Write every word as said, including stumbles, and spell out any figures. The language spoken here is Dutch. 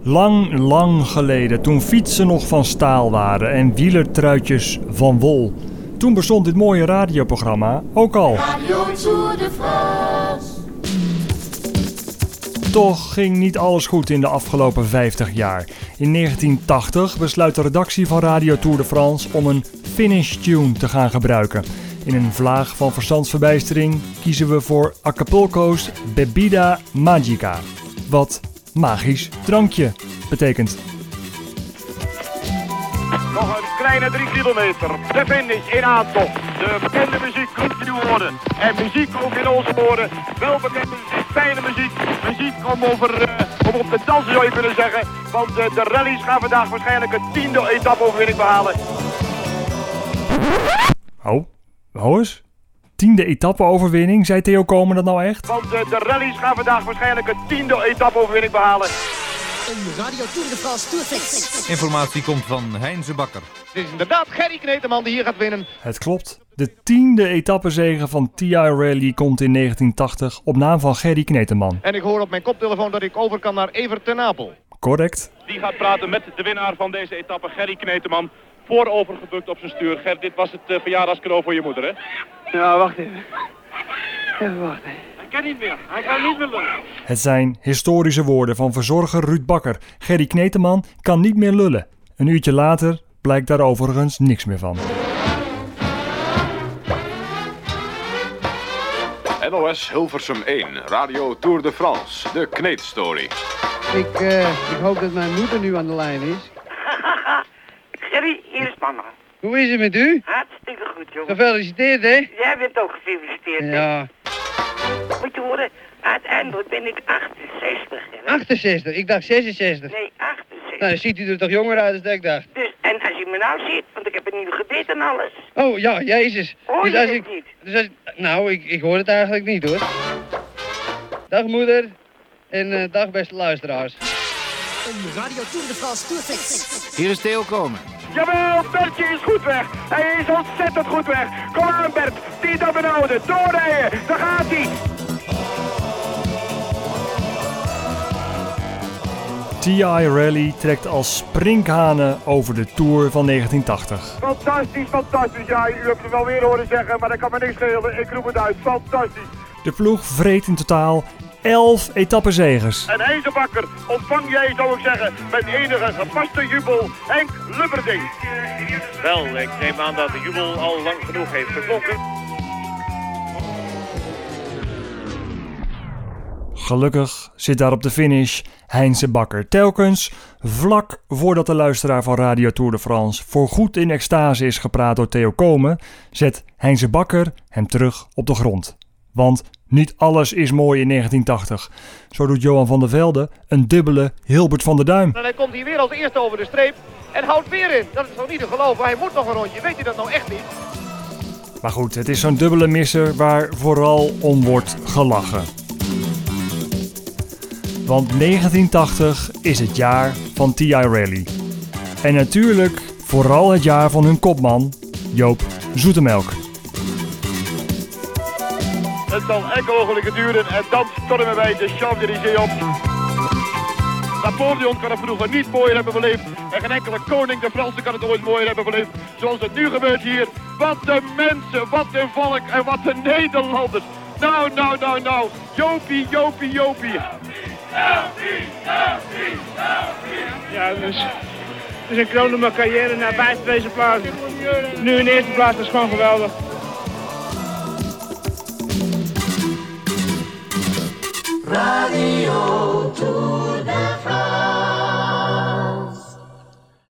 Lang, lang geleden, toen fietsen nog van staal waren en wielertruitjes van wol. Toen bestond dit mooie radioprogramma ook al. Radio Tour de France. Toch ging niet alles goed in de afgelopen vijftig jaar. In negentien tachtig besluit de redactie van Radio Tour de France om een finish tune te gaan gebruiken. In een vlaag van verstandsverbijstering kiezen we voor Acapulco's Bebida Magica. Wat magisch drankje betekent. Nog een kleine drie kilometer. De finish in aantocht. De bekende muziek klinkt in uw oren. En muziek ook in onze oren. Welbekende muziek, fijne muziek. Muziek om, over, uh, om op te dansen zou je kunnen zeggen. Want uh, de rallies gaan vandaag waarschijnlijk een tiende etappe-overwinning behalen. Oh, ho eens. Tiende etappe-overwinning, zei Theo Komen dat nou echt? Want uh, de rallies gaan vandaag waarschijnlijk een tiende etappe-overwinning behalen. Een Radio Tour de France Tourflex. Informatie komt van Heinze Bakker. Het is inderdaad Gerry Kneteman die hier gaat winnen. Het klopt. De tiende etappezege van T I Rally komt in negentien tachtig op naam van Gerry Kneteman. En ik hoor op mijn koptelefoon dat ik over kan naar Evert ten Apel. Correct. Die gaat praten met de winnaar van deze etappe, Gerry Kneteman. Voorovergebukt op zijn stuur. Ger, dit was het uh, verjaardagscadeau voor je moeder, hè? Ja, wacht even. Even wachten. Hij kan niet meer. Hij kan niet meer lullen. Het zijn historische woorden van verzorger Ruud Bakker. Gerry Kneteman kan niet meer lullen. Een uurtje later blijkt daar overigens niks meer van. N O S Hilversum één, Radio Tour de France, de Kneetstory. Ik, uh, ik hoop dat mijn moeder nu aan de lijn is. Gerry, hier is mama. Hoe is het met u? Hartstikke goed, jongen. Gefeliciteerd, hè? Jij bent ook gefeliciteerd, hè? Ja. Moet je horen, uiteindelijk ben ik achtenzestig. Hè? achtenzestig, ik dacht zesenzestig. Nee, achtenzestig. Nou, dan ziet u er toch jonger uit dan ik dacht. Dus, en als je me nou ziet, want ik heb een nieuw gebit en alles. Oh, ja, jezus. Hoor je dus als het ik, niet? Dus als, nou, ik, ik hoor het eigenlijk niet, hoor. Dag, moeder. En uh, dag, beste luisteraars. Een Radio Tour de France Tourflex. Hier is Theo Komen. Jawel, Bertje is goed weg. Hij is ontzettend goed weg. Kom aan, Bert. Die naar beneden. Doorrijden. Daar gaat hij. T I Rally trekt als sprinkhanen over de Tour van negentien tachtig. Fantastisch, fantastisch. Ja, u hebt het wel weer horen zeggen, maar dat kan me niks schelen. Ik roep het uit. Fantastisch. De ploeg vreet in totaal elf etappezegers. En IJzerbakker ontvang jij, zou ik zeggen, met enige gepaste jubel Henk Lubberding. Wel, ik neem aan dat de jubel al lang genoeg heeft geklonken. Gelukkig zit daar op de finish Heinze Bakker. Telkens vlak voordat de luisteraar van Radio Tour de France voorgoed in extase is gepraat door Theo Komen, zet Heinze Bakker hem terug op de grond. Want niet alles is mooi in negentien tachtig. Zo doet Johan van der Velde een dubbele Hilbert van der Duim. En hij komt hier weer als eerste over de streep en houdt weer in. Dat is nog niet te geloven. Hij moet nog een rondje. Weet u dat nou echt niet? Maar goed, het is zo'n dubbele misser waar vooral om wordt gelachen. Want negentien tachtig is het jaar van T I Rally. En natuurlijk vooral het jaar van hun kopman, Joop Zoetemelk. Het zal enkele ogenblikken duren en dan stormen wij de Champs-Élysées op. Napoleon kan het vroeger niet mooier hebben beleefd. En geen enkele koning de Fransen kan het ooit mooier hebben beleefd. Zoals het nu gebeurt hier. Wat de mensen, wat de volk en wat de Nederlanders. Nou, nou, nou, nou. Jopie, Jopie, Jopie. Ja, dus... Het is een kroon op mijn carrière naar vijfde deze plaats. Nu in de eerste plaats, dat is gewoon geweldig.